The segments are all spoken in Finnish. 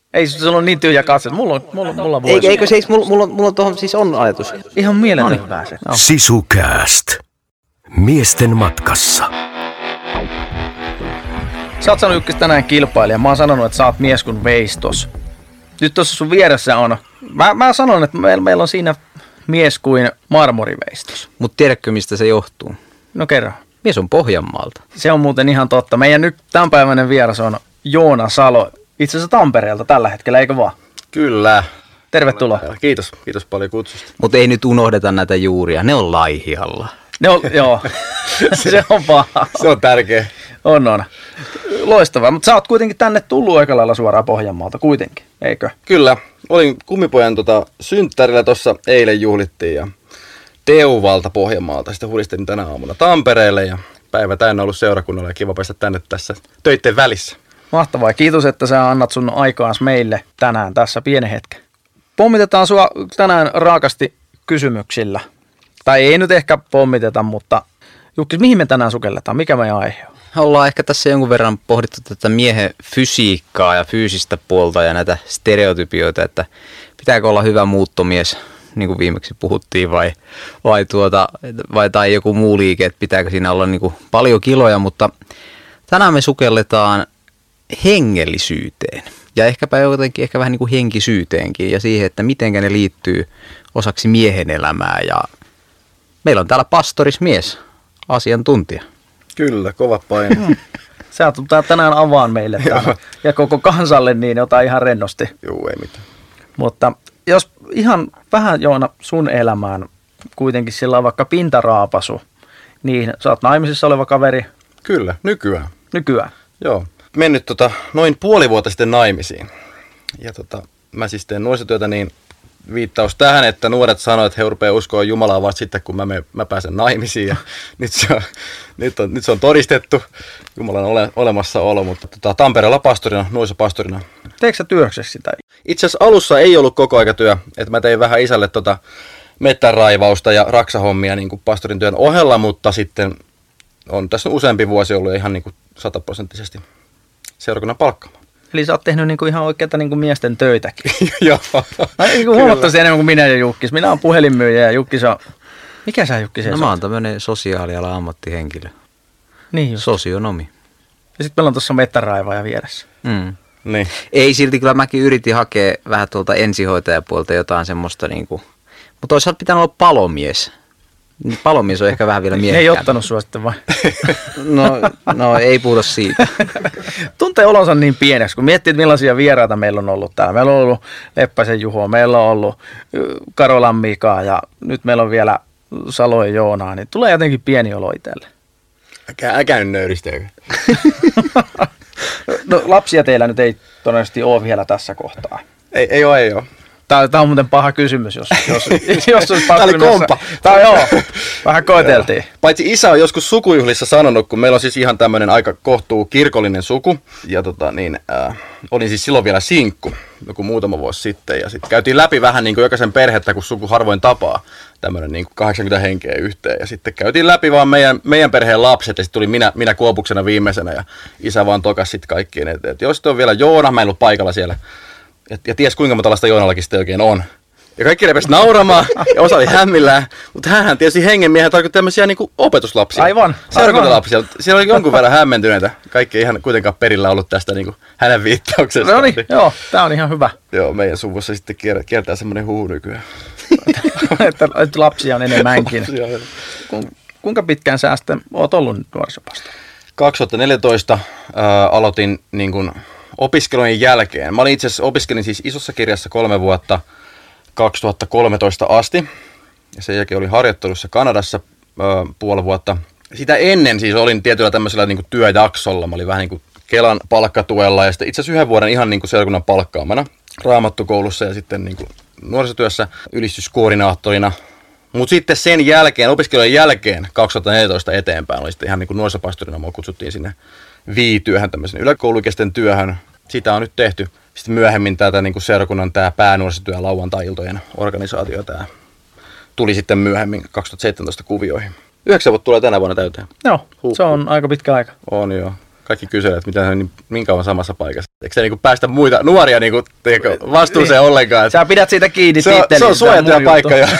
Ei sulla on niin tyhjä katse. Mulla voisi. Eikö se, mulla tuohon siis on ajatus. Ihan mieletön pääse. No. Sisukääst. Miesten matkassa. Sä oot sanonut Jukkis tänään kilpailija. Mä oon sanonut, että sä oot mies kuin veistos. Nyt tuossa sun vieressä on. Mä sanon, että meillä on siinä mies kuin marmoriveistos. Mut tiedätkö, mistä se johtuu? No kerro. Mies on Pohjanmaalta. Se on muuten ihan totta. Meidän nyt tämänpäiväinen vieras on Joona Salo. Itse asiassa Tampereelta tällä hetkellä, eikö vaan? Kyllä. Tervetuloa. Kiitos paljon kutsusta. Mutta ei nyt unohdeta näitä juuria. Ne on Laihialla. Joo. Se on paha. Se on tärkeä. On. Loistavaa. Mutta sä oot kuitenkin tänne tullut aika lailla suoraan Pohjanmaalta kuitenkin, eikö? Kyllä. Olin kummipojan synttärillä tuossa eilen juhlittiin ja Teuvalta Pohjanmaalta. Sitten hulistelin tänä aamuna Tampereelle ja päivä täynnä ollut seurakunnalla ja kiva päästä tänne tässä töitten välissä. Mahtavaa. Kiitos, että sä annat sun aikaas meille tänään tässä pienen hetken. Pommitetaan sua tänään raakasti kysymyksillä. Tai ei nyt ehkä pommiteta, mutta Jukkis, mihin me tänään sukelletaan? Mikä meidän aihe on? Ollaan ehkä tässä jonkun verran pohdittu tätä miehen fysiikkaa ja fyysistä puolta ja näitä stereotypioita, että pitääkö olla hyvä muuttomies, niin kuin viimeksi puhuttiin, vai tai joku muu liike, että pitääkö siinä olla niin kuin paljon kiloja, mutta tänään me sukelletaan hengellisyyteen ja ehkäpä jotenkin vähän niin kuin henkisyyteenkin ja siihen, että mitenkä ne liittyy osaksi miehen elämää. Ja meillä on täällä pastorismies, asiantuntija. Kyllä, kova paine. Sä tulet tänään avaan meille täällä ja koko kansalle, niin ota ihan rennosti. Joo, ei mitään. Mutta jos ihan vähän Joona sun elämään kuitenkin sillä on vaikka pintaraapasu, niin sä oot naimisissa oleva kaveri. Kyllä, nykyään. Joo. Mennyt noin puoli vuotta sitten naimisiin. Ja mä siis teen nuorisotyötä, niin viittaus tähän, että nuoret sanoo, että he rupeaa uskoa Jumalaa vasta sitten, kun mä pääsen naimisiin. Ja nyt se on todistettu Jumalan olemassaolo, mutta Tampereella pastorina, nuorisopastorina. Teekö sä työksesi sitä? Itse asiassa alussa ei ollut kokoaikatyö, että mä tein vähän isälle metsänraivausta ja raksahommia niin kuin pastorin työn ohella, mutta sitten on tässä useampi vuosi ollut ihan niin kuin 100% seurakunnan palkkaamaan. Eli sä oot tehnyt niinku ihan oikeita niinku miesten töitäkin. Joo. Niinku huomattavasti enemmän kuin minä ja Jukkis. Minä oon puhelinmyyjä ja Jukkis on... Mikä sä Jukkis? No mä oon tämmönen sosiaalialan ammattihenkilö. Niin just. Sosionomi. Ja sit meillä on tuossa metsänraivaaja vieressä. Niin. Ei silti, kyllä mäkin yritin hakea vähän tuolta ensihoitajapuolta jotain semmoista niinku... Mutta toisaalta pitää olla palomies. Palomies on ehkä vähän vielä miehekkäämpi. Ei ottanut sua sitten vai? No ei puhuta siitä. Tuntee olonsa niin pieneksi, kun miettii, että millaisia vieraita meillä on ollut täällä. Meillä on ollut Leppäsen Juho, meillä on ollut Karolan Mika ja nyt meillä on vielä Salojen Joonaa, niin tulee jotenkin pieni olo itselle. Äkä nyt nöyristäkö. No lapsia teillä nyt ei todennäköisesti ole vielä tässä kohtaa. Ei ole. Tämä on muuten paha kysymys, jos olisi Tämä oli kompa. Vähän koeteltiin. Paitsi isä on joskus sukujuhlissa sanonut, kun meillä on siis ihan tämmöinen aika kohtuu kirkollinen suku. Ja olin siis silloin vielä sinkku, joku muutama vuosi sitten. Ja sitten käytiin läpi vähän niin kuin jokaisen perhettä, kun suku harvoin tapaa. Tämmöinen niin kuin 80 henkeä yhteen. Ja sitten käytiin läpi vaan meidän perheen lapset. Ja sitten tuli minä kuopuksena viimeisenä. Ja isä vaan tokas sitten kaikkien. Että jos on vielä Joona, mä en ollut paikalla siellä. Ja ties kuinka monta lasta Joonallakin sitten oikein on. Ja kaikki rupesi nauramaan ja osa oli hämmillään. Mutta hänhän tietysti hengenmiehän tarkoitti tämmöisiä niinku opetuslapsia. Aivan. Seurakuntalapsia. Siellä oli jonkun verran hämmentyneitä. Kaikki ei ihan kuitenkaan perillä ollut tästä niinku hänen viittauksesta. No niin, joo, tää on ihan hyvä. Joo, meidän suvussa sitten kiertää semmoinen huhu nykyään. että lapsia on enemmänkin. Kuinka pitkään sä sitten oot ollut nuorisopastori? 2014 aloitin niin kuin opiskelujen jälkeen. Mä opiskelin siis Isossa Kirjassa 3 vuotta 2013 asti. Ja sen jälkeen olin harjoittelussa Kanadassa puoli vuotta. Sitä ennen siis olin tietyllä tämmöisellä niin kuin työjaksolla. Mä olin vähän niin kuin Kelan palkkatuella ja sitten itse asiassa 1 vuoden ihan niin kuin seurakunnan palkkaamana Raamattukoulussa ja sitten niin kuin nuorisotyössä ylistyskoordinaattorina. Mutta sitten sen jälkeen, opiskelujen jälkeen 2014 eteenpäin oli sitten ihan niin kuin nuorisopastorina. Mua kutsuttiin sinne viityöhön, tämmöisen yläkouluikäisten työhön. Sitä on nyt tehty. Sitten myöhemmin tätä niin kuin seurakunnan tämä päänuorisotyö lauantai-iltojen organisaatio tämä tuli sitten myöhemmin 2017 kuvioihin. 9 vuotta tulee tänä vuonna täyteen. Joo, se on aika pitkä aika. On joo. kaikki kyselee, että mitä niin, minkä on samassa paikassa. Eikö se niin kuin päästä muita nuoria niin kuin, vastuuseen ollenkaan? Sä pidät siitä kiinni tittelistä. Se on suojattuja paikka jo.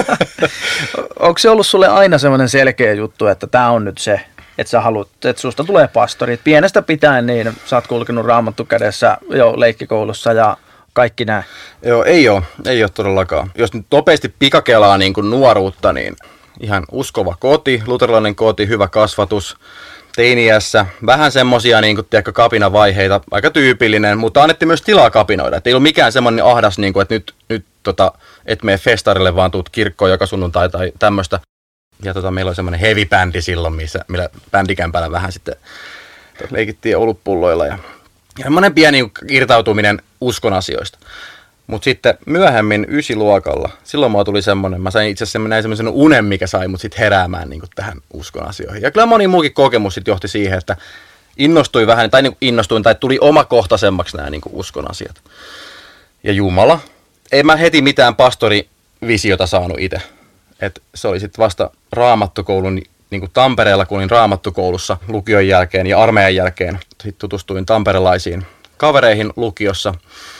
Onko se ollut sulle aina semmoinen selkeä juttu, että tämä on nyt se, että sä haluat, että susta tulee pastori? Pienestä pitäen niin sä oot kulkenut Raamattu kädessä jo leikkikoulussa ja kaikki nämä. Joo, ei ole todellakaan. Jos nyt nopeasti pikakelaa niin kuin nuoruutta, niin ihan uskova koti, luterilainen koti, hyvä kasvatus, teiniässä, vähän semmosia niin kuin, tiedätkö, kapinavaiheita, aika tyypillinen, mutta annettiin myös tilaa kapinoida. Et ei ollut mikään semmoinen ahdas, niin kuin, että nyt et mene festarille, vaan tuut kirkkoon joka sunnuntai tai tämmöistä. Ja meillä oli semmoinen heavy-bändi silloin, millä bändikämpällä vähän sitten leikittiin olutpulloilla ja semmoinen pieni irtautuminen uskon asioista. Mutta sitten myöhemmin 9-luokalla, silloin mulla tuli semmoinen, mä sain itse asiassa semmoisen unen, mikä sai mut sitten heräämään niin kuin tähän uskon asioihin. Ja kyllä moni muukin kokemus sitten johti siihen, että innostuin vähän, tai tuli omakohtaisemmaksi nämä niin kuin uskon asiat. Ja Jumala. En mä heti mitään pastorivisiota saanut itse. Et se oli sitten vasta Raamattukoulun, niin kuin Tampereella, kun olin Raamattukoulussa lukion jälkeen ja armeijan jälkeen. Sitten tutustuin tamperelaisiin kavereihin lukiossa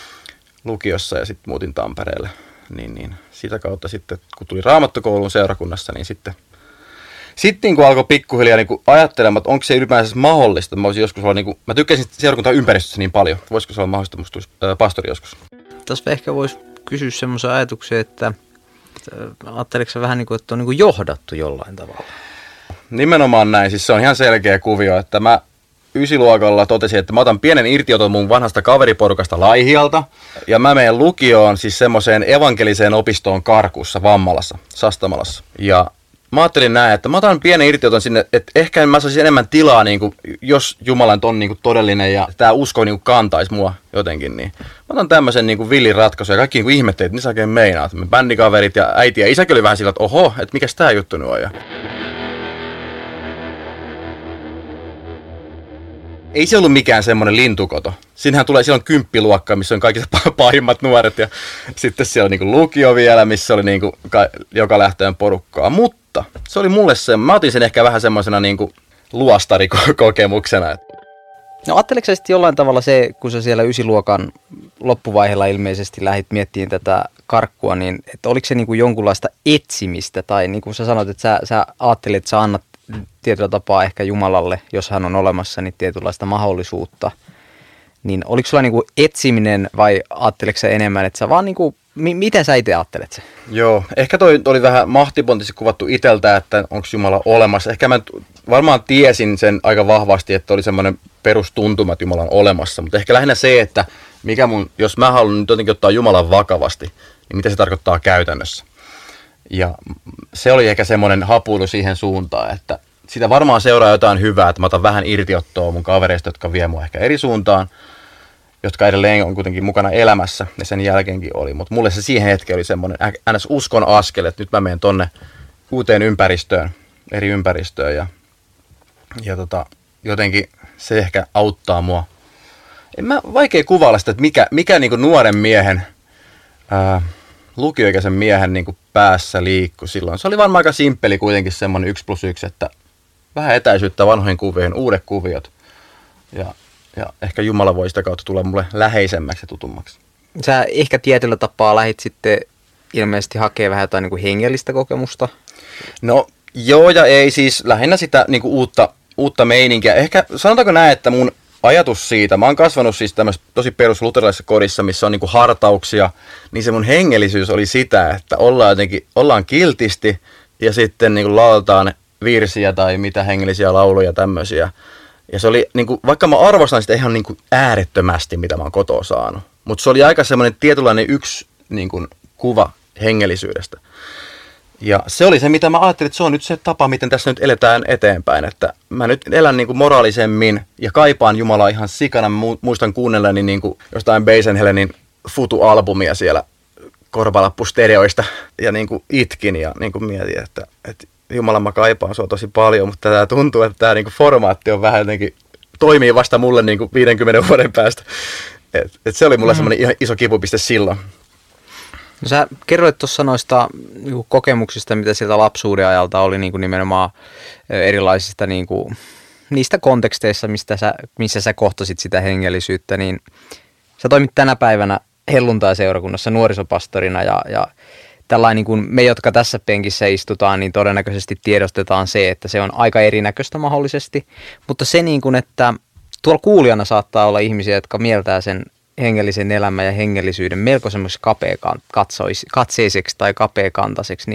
ja sitten muutin Tampereelle. Niin sitä kautta sitten, kun tuli Raamattukoulun seurakunnassa, niin sitten kun alkoi pikkuhiljaa niin ajattelemaan, että onko se ylipäänsä mahdollista. Mä tykkäsin seurakuntaympäristössä niin paljon. Voisiko se olla mahdollista, että musta tulisi pastori joskus? Tässä ehkä voisi kysyä semmoisen ajatuksen, että ajatteliko sä vähän niin kuin, että on niin kuin johdattu jollain tavalla? Nimenomaan näin. Siis se on ihan selkeä kuvio, että mä 9-luokalla totesin, että mä otan pienen irtioton mun vanhasta kaveriporukasta Laihialta ja mä menen lukioon siis semmoiseen evankeliseen opistoon Karkussa, Vammalassa, Sastamalassa. Ja mä ajattelin näin, että mä otan pienen irtioton sinne, että ehkä mä saisin enemmän tilaa, niin kuin, jos Jumala on niin kuin todellinen ja tämä usko niin kuin kantaisi mua jotenkin. Niin. Mä otan tämmöisen niin kuin villin ratkaisun ja kaikki niin kuin ihmettelit, että mitä sä oikein meinaat. Me bändikaverit ja äiti ja isäkin oli vähän sillä, että oho, että mikäs tää juttu nyt on. Ja ei se ollut mikään semmoinen lintukoto. Siinähän tulee silloin 10-luokka, missä on kaikista pahimmat nuoret ja sitten siellä on niin lukio vielä, missä oli niin joka lähtöön porukkaa. Mutta se oli mulle mä otin sen ehkä vähän semmoisena niin luostarikokemuksena. No ajatteliko sä sitten jollain tavalla se, kun sä siellä 9-luokan loppuvaiheella ilmeisesti lähdit miettimään tätä karkkua, niin että oliko se niin kuin jonkunlaista etsimistä tai niin kuin sä sanoit, että sä ajattelit, että sä annat tietyllä tapaa ehkä Jumalalle, jos hän on olemassa, niin tietynlaista mahdollisuutta. Niin oliko sulla niinku etsiminen vai ajatteliko sä enemmän, että sä vaan niinku, miten sä itse ajattelet se? Joo, ehkä toi oli vähän mahtipontisesti kuvattu iteltä, että onko Jumala olemassa. Ehkä mä varmaan tiesin sen aika vahvasti, että oli semmoinen perustuntuma, että Jumala on olemassa. Mutta ehkä lähinnä se, että jos mä haluan nyt jotenkin ottaa Jumalan vakavasti, niin mitä se tarkoittaa käytännössä. Ja se oli ehkä semmoinen hapuilu siihen suuntaan, että sitä varmaan seuraa jotain hyvää, että mä otan vähän irtiottoa mun kavereista, jotka vie mua ehkä eri suuntaan, jotka edelleen on kuitenkin mukana elämässä ja sen jälkeenkin oli. Mutta mulle se siihen hetkeen oli semmoinen ns. Uskon askel, että nyt mä menen tonne uuteen ympäristöön, eri ympäristöön ja jotenkin se ehkä auttaa mua. Vaikea kuvailla sitä, että mikä niin kuin nuoren miehen, lukioikäisen miehen niin kuin päässä liikkui silloin. Se oli varmaan aika simppeli kuitenkin semmoinen 1+1, että vähän etäisyyttä vanhoihin kuvioihin, uudet kuviot. Ja ehkä Jumala voi sitä kautta tulla mulle läheisemmäksi ja tutummaksi. Sä ehkä tietyllä tapaa lähdit sitten ilmeisesti hakee vähän jotain niin kuin hengellistä kokemusta. No joo ja ei, siis lähinnä sitä niin kuin uutta meininkiä. Ehkä sanotaanko näin, että mun ajatus siitä, mä oon kasvanut siis tämmöisessä tosi perusluterilaisessa kodissa, missä on niin kuin hartauksia, niin se mun hengellisyys oli sitä, että ollaan kiltisti ja sitten niin kuin lauletaan virsiä tai mitä hengellisiä lauluja tämmöisiä. Ja se oli, niin kuin, vaikka mä arvostan sitä ihan niin kuin äärettömästi, mitä mä oon kotoa saanut, mutta se oli aika semmoinen tietynlainen yksi niin kuin, kuva hengellisyydestä. Ja se oli se, mitä mä ajattelin, että se on nyt se tapa, miten tässä nyt eletään eteenpäin. Että mä nyt elän niin kuin moraalisemmin ja kaipaan Jumalaa ihan sikana. Mä muistan kuunnelleni niin kuin jostain Beisenhelenin Futu-albumia siellä korvalappustereoista ja niin kuin itkin ja niin kuin mietin, että Jumala mä kaipaan sua tosi paljon, mutta tää tuntuu, että tää niin kuin formaatti on vähän jotenkin, toimii vasta mulle niin kuin 50 vuoden päästä. Et se oli mulle semmoinen ihan iso kipupiste silloin. No sä kerroit tuossa noista kokemuksista, mitä sieltä lapsuuden ajalta oli niin kuin nimenomaan erilaisista niin kuin niistä konteksteissa, missä sä kohtasit sitä hengellisyyttä, niin sä toimit tänä päivänä helluntai-seurakunnassa nuorisopastorina ja tällainen niin kuin me, jotka tässä penkissä istutaan, niin todennäköisesti tiedostetaan se, että se on aika erinäköistä mahdollisesti, mutta se niin kuin, että tuolla kuulijana saattaa olla ihmisiä, jotka mieltää sen hengellisen elämän ja hengellisyyden melko semmoiseksi kapeakatseiseksi tai kapeakantaiseksi,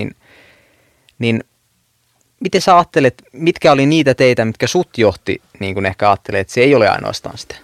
niin miten sä ajattelet, mitkä oli niitä teitä, mitkä sut johti, niin kuin ehkä ajattelee, että se ei ole ainoastaan sitä?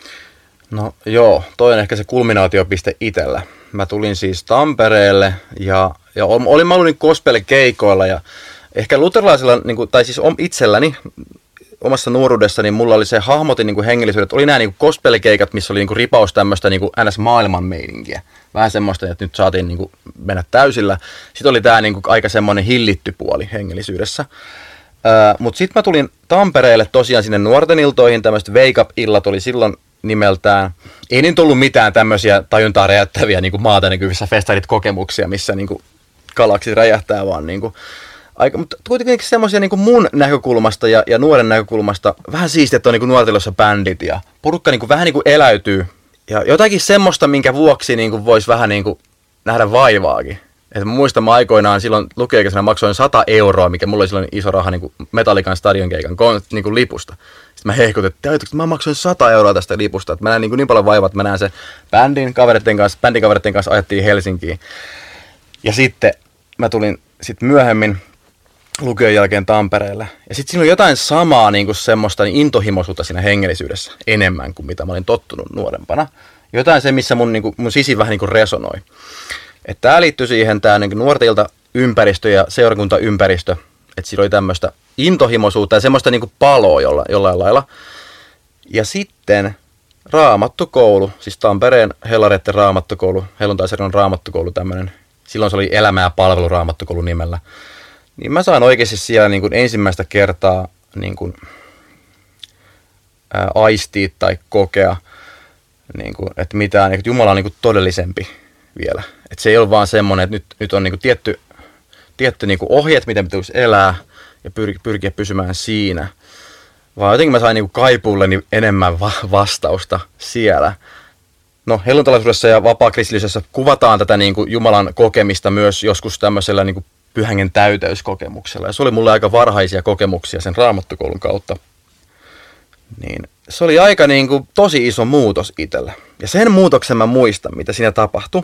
No joo, toi on ehkä se kulminaatiopiste itsellä. Mä tulin siis Tampereelle ja mä olin gospel-keikoilla ja ehkä luterilaisilla, niin kuin, tai siis itselläni omassa nuoruudessani mulla oli se hahmotin niin kuin hengellisyydet, oli nämä niin kuin gospel-keikat, missä oli niin kuin ripaus tämmöistä niin kuin NS-maailman meininkiä. Vähän semmoista, että nyt saatiin niin kuin mennä täysillä. Sitten oli tämä niin kuin aika semmoinen hillitty puoli hengellisyydessä. Mutta sitten mä tulin Tampereelle tosiaan sinne nuorten iltoihin, tämmöiset Wake Up-illat oli silloin nimeltään. Ei nyt ollut mitään tämmöisiä tajuntaa räjäyttäviä niin kuin maata näkyvissä festarit-kokemuksia, missä niin kuin galaksit räjähtää, vaan niin kuin mutta kuitenkin semmoisia niin kuin mun näkökulmasta ja nuoren näkökulmasta vähän siistiä, että on niin kuin nuortilossa bändit ja porukka niin kuin vähän niin kuin eläytyy. Ja jotakin semmoista, minkä vuoksi niin kuin voisi vähän niin kuin nähdä vaivaakin. Et muistan mä aikoinaan silloin lukioikäisenä maksoin 100 €, mikä mulla oli silloin iso raha niin kuin Metallican stadionkeikan niin kuin lipusta. Sitten mä hehkutin, että mä maksoin 100 € tästä lipusta. Että mä näen niin paljon vaivaa, että mä näen se bändikavereiden kanssa ajettiin Helsinkiin. Ja sitten mä tulin myöhemmin lukion jälkeen Tampereelle. Ja sitten siinä oli jotain samaa niin kuin semmoista intohimoisuutta siinä hengellisyydessä enemmän kuin mitä mä olin tottunut nuorempana. Jotain se, missä mun sisi vähän niin kuin resonoi. Että tää liittyy siihen tää niin kuin nuortilta ympäristö ja seurakuntaympäristö. Että siinä oli tämmöistä intohimoisuutta ja semmoista niin kuin paloa jollain lailla. Ja sitten raamattukoulu, siis Tampereen Hellareiden raamattukoulu, helluntai-seurakunnan raamattukoulu tämmöinen. Silloin se oli Elämä ja palvelu raamattukoulu nimellä. Niin mä saan oikeasti siellä niin kuin ensimmäistä kertaa niin kuin, aistia tai kokea, niin kuin, että mitään, että Jumala on niin kuin todellisempi vielä. Että se ei ole vaan semmoinen, että nyt on niin kuin tietty niin kuin ohjeet, miten pitäisi elää ja pyrkiä pysymään siinä. Vaan jotenkin mä sain niin kuin kaipuulleni enemmän vastausta siellä. No, helluntalaisuudessa ja vapaakristillisyydessä kuvataan tätä niin kuin Jumalan kokemista myös joskus tämmöisellä niin kuin pyhän täyteyskokemuksella. Ja se oli mulle aika varhaisia kokemuksia sen raamattukoulun kautta. Niin se oli aika niin kuin tosi iso muutos itsellä. Ja sen muutoksen mä muistan, mitä siinä tapahtui.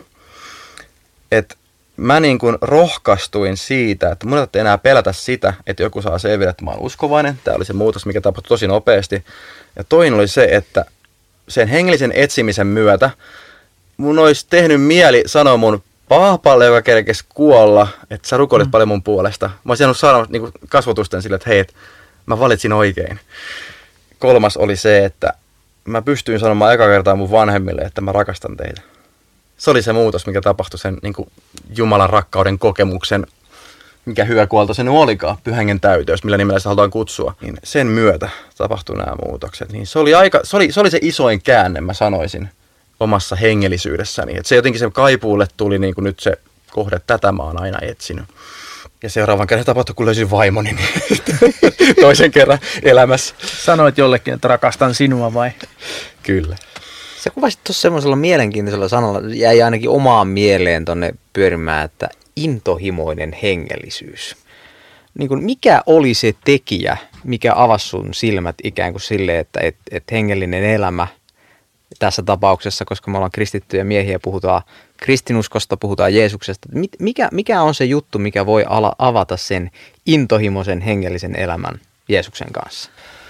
Että mä niin kuin rohkaistuin siitä, että mun ei enää pelätä sitä, että joku saa selville, että mä oon uskovainen. Tämä oli se muutos, mikä tapahtui tosi nopeasti. Ja toinen oli se, että sen hengellisen etsimisen myötä mun olisi tehnyt mieli sanoa mun paapalle, joka kerkesi kuolla, että sä rukoilit paljon mun puolesta. Mä olisin saanut niin kasvotusten sille, että hei, mä valitsin oikein. Kolmas oli se, että mä pystyin sanomaan eka kertaa mun vanhemmille, että mä rakastan teitä. Se oli se muutos, mikä tapahtui sen niin kuin Jumalan rakkauden kokemuksen, mikä hyvä kuolta se nyt olikaan, pyhän täyteys, millä nimellä sitä halutaan kutsua. Niin sen myötä tapahtui nämä muutokset. Niin se oli se isoin käänne, mä sanoisin, omassa hengellisyydessäni. Et se jotenkin se kaipuulle tuli niin kuin nyt se kohde, että tätä mä oon aina etsinyt. Ja seuraavan kerran tapahtui, kun löysin vaimoni niin toisen kerran elämässä. Sanoit jollekin, että rakastan sinua vai? Kyllä. Sä kuvasit tuossa semmoisella mielenkiintoisella sanalla, jäi ainakin omaan mieleen tonne pyörimään, että intohimoinen hengellisyys. Niin kuin mikä oli se tekijä, mikä avasi sun silmät ikään kuin silleen, että hengellinen elämä tässä tapauksessa, koska me ollaan kristittyjä miehiä, puhutaan kristinuskosta, puhutaan Jeesuksesta. Mikä on se juttu, mikä voi avata sen intohimoisen hengellisen elämän Jeesuksen kanssa?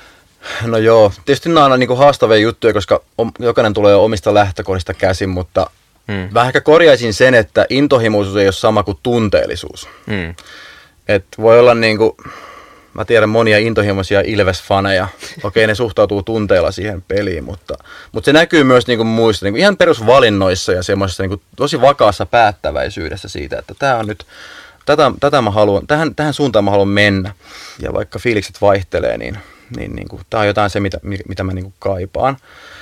No joo, tietysti nämä on aina niin kuin haastavia juttuja, koska jokainen tulee omista lähtökohdista käsin, mutta vähän ehkä korjaisin sen, että intohimoisuus ei ole sama kuin tunteellisuus. Et voi olla niin kuin, mä tiedän monia intohimoisia Ilves-faneja. Okei, ne suhtautuu tunteella siihen peliin, mutta se näkyy myös niin kuin muista, niin kuin ihan perusvalinnoissa ja semmoisessa niin kuin tosi vakaassa päättäväisyydessä siitä, että tämä on nyt, tätä mä haluan, tähän suuntaan mä haluan mennä. Ja vaikka fiilikset vaihtelee, niin tämä on jotain se, mitä mä niin kuin kaipaan.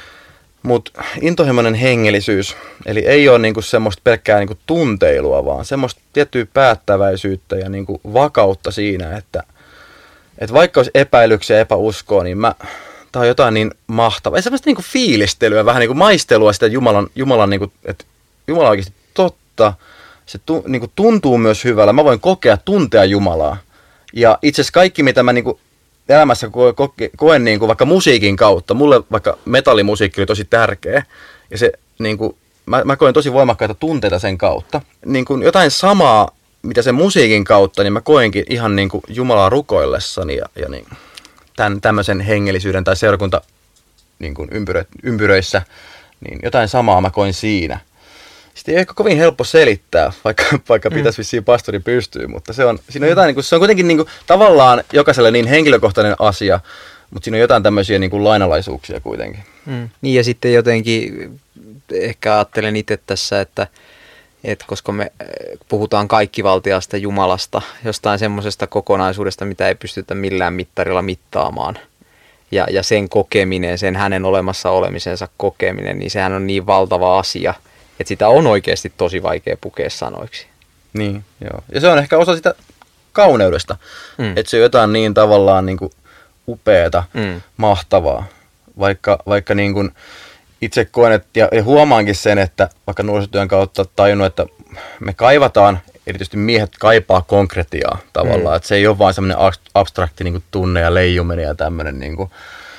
Mutta intohimoinen hengellisyys, eli ei ole niinku semmoista pelkkää niinku tunteilua, vaan semmoista tiettyä päättäväisyyttä ja niinku vakautta siinä, että että vaikka olisi epäilyksiä ja epäuskoa, niin tää on jotain niin mahtavaa. Ja semmoista niinku fiilistelyä, vähän niinku maistelua sitä Jumalan niinku, että Jumala on oikeasti totta. Se niinku tuntuu myös hyvällä. Mä voin tuntea Jumalaa. Ja itse asiassa kaikki, mitä mä niinku elämässä koen niinku vaikka musiikin kautta, mulle vaikka metallimusiikki oli tosi tärkeä. Ja se niinku, mä koen tosi voimakkaita tunteita sen kautta. Niinku jotain samaa, mitä sen musiikin kautta, niin mä koenkin ihan niinku Jumalaa rukoillessani ja niin, tämmöisen hengellisyyden tai seurakunta niin ympyröissä, niin jotain samaa mä koin siinä. Sitten ei ole kovin helppo selittää, vaikka pitäisi vissiin pastori pystyä, mutta siinä on jotain, niin kuin, se on kuitenkin niin kuin, tavallaan jokaiselle niin henkilökohtainen asia, mutta siinä on jotain tämmöisiä niin kuin lainalaisuuksia kuitenkin. Niin ja sitten jotenkin ehkä ajattelen itse tässä, että koska me puhutaan kaikkivaltiaasta Jumalasta, jostain semmoisesta kokonaisuudesta, mitä ei pystytä millään mittarilla mittaamaan, ja sen kokeminen, sen hänen olemassa olemisensa kokeminen, niin sehän on niin valtava asia, että sitä on oikeasti tosi vaikea pukea sanoiksi. Niin, joo. Ja se on ehkä osa sitä kauneudesta, että se on jotain niin tavallaan niin kuin upeata, mahtavaa, vaikka niin kuin itse koen, että, ja huomaankin sen, että vaikka nuorisotyön kautta tajunnut, että me kaivataan, erityisesti miehet kaipaa konkretiaa tavallaan, että se ei ole vain semmoinen abstrakti niin kuin tunne ja leijuminen ja tämmöinen, niin kuin,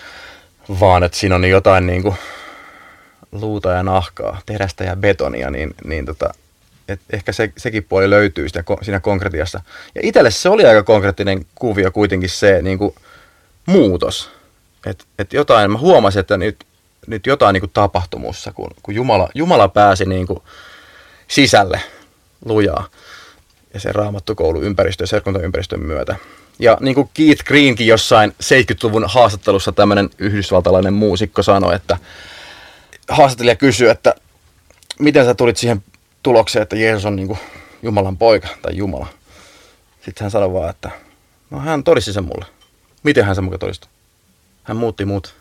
vaan että siinä on jotain niin kuin luuta ja nahkaa, terästä ja betonia, niin että ehkä sekin puoli löytyy siinä konkretiassa. Ja itselle se oli aika konkreettinen kuvio kuitenkin se niin kuin muutos, että jotain, mä huomasin, että nyt jotain niin kuin tapahtui mussa, kun Jumala pääsi niin kuin sisälle lujaa ja sen raamattukoulun ympäristön ja seurakuntaympäristön myötä. Ja niin kuin Keith Greenkin jossain 70-luvun haastattelussa tämmöinen yhdysvaltalainen muusikko sanoi, että haastattelija kysyi, että miten sä tulit siihen tulokseen, että Jeesus on niin kuin Jumalan poika tai Jumala. Sitten hän sanoi vaan, että no hän todisti sen mulle. Miten hän sen mukaan todisti? Hän muutti muut.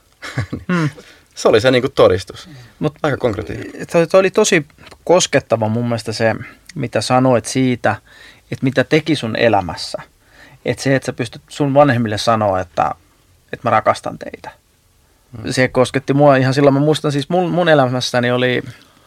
Se oli se niin kuin todistus. Aika konkreettinen. Se oli tosi koskettava mun mielestä se, mitä sanoit siitä, että mitä teki sun elämässä. Että se, että sä pystyt sun vanhemmille sanoa, että mä rakastan teitä. Se kosketti mua ihan silloin. Mä muistan siis mun elämässäni oli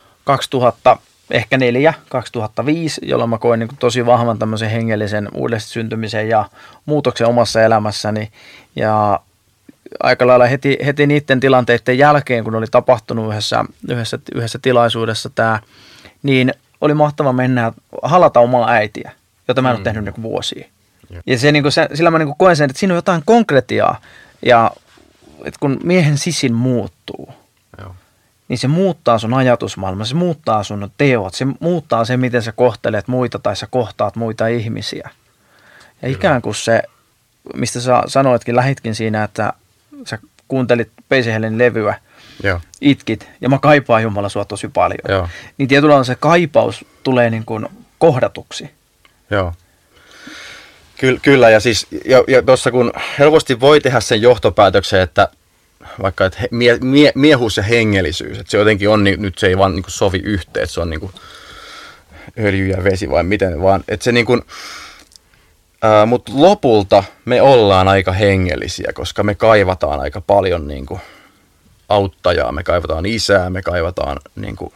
2004, 2005, jolloin mä koin niin kuin tosi vahvan tämmöisen hengellisen uudesta syntymisen ja muutoksen omassa elämässäni. Ja aika lailla heti niiden tilanteiden jälkeen, kun oli tapahtunut yhdessä tilaisuudessa tämä, niin oli mahtava mennä halata omaa äitiä, jota mä en ole tehnyt niin kuin vuosia. Ja se, niin kuin sillä mä niin kuin koen sen, että siinä on jotain konkretiaa. Ja että kun miehen sisin muuttuu, niin se muuttaa sun ajatusmaailma, se muuttaa sun teot, se muuttaa se, miten sä kohtelet muita tai sä kohtaat muita ihmisiä. Ja ikään kuin se, mistä sä sanoitkin, lähitkin siinä, että sä kuuntelit Peisihelen levyä, itkit, ja mä kaipaan Jumala sua tosi paljon. Niin tietyllä tavalla se kaipaus tulee niin kuin kohdatuksi. Joo. Kyllä, ja siis ja tuossa kun helposti voi tehdä sen johtopäätöksen, että vaikka että miehuus ja hengellisyys, että se jotenkin on, nyt se ei vaan niin kuin sovi yhteen, että se on niin kuin öljy ja vesi vai miten, vaan että se niin kuin, mutta lopulta me ollaan aika hengellisiä, koska me kaivataan aika paljon niin kuin auttajaa, me kaivataan isää, me kaivataan niin kuin,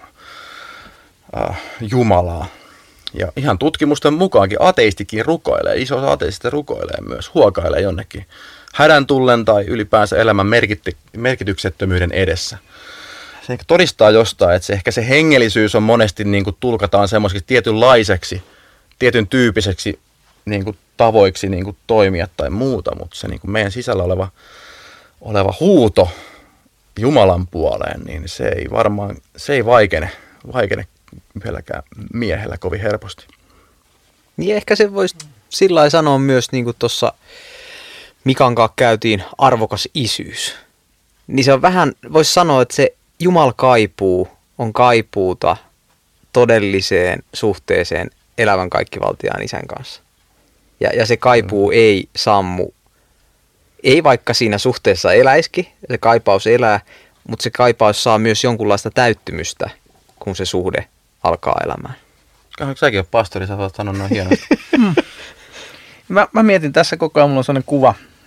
Jumalaa. Ja ihan tutkimusten mukaankin ateistikin rukoilee, iso osa ateistista rukoilee myös, huokailee jonnekin hädän tullen tai ylipäänsä elämän merkityksettömyyden edessä. Se todistaa jostain, että ehkä se hengellisyys on monesti niin kuin tulkataan semmoiseksi tietynlaiseksi, tietyn tyyppiseksi niin kuin tavoiksi niin kuin toimia tai muuta, mutta se niin kuin meidän sisällä oleva huuto Jumalan puoleen, niin se ei vaikene yhdelläkään miehellä kovin helposti. Niin ehkä se voisi sillä lailla sanoa myös, niin kuin tuossa Mikan kanssa käytiin, arvokas isyys. Niin se on vähän, voisi sanoa, että se Jumal kaipuu on kaipuuta todelliseen suhteeseen elävän kaikkivaltiaan isän kanssa. Ja se kaipuu ei sammu, ei vaikka siinä suhteessa eläisikin, se kaipaus elää, mutta se kaipaus saa myös jonkunlaista täyttymystä, kun se suhde alkaa elämään. Säkin olet pastori, sä olet sanonut noin hienosti. Mä mietin tässä koko ajan, mulla on sellainen kuva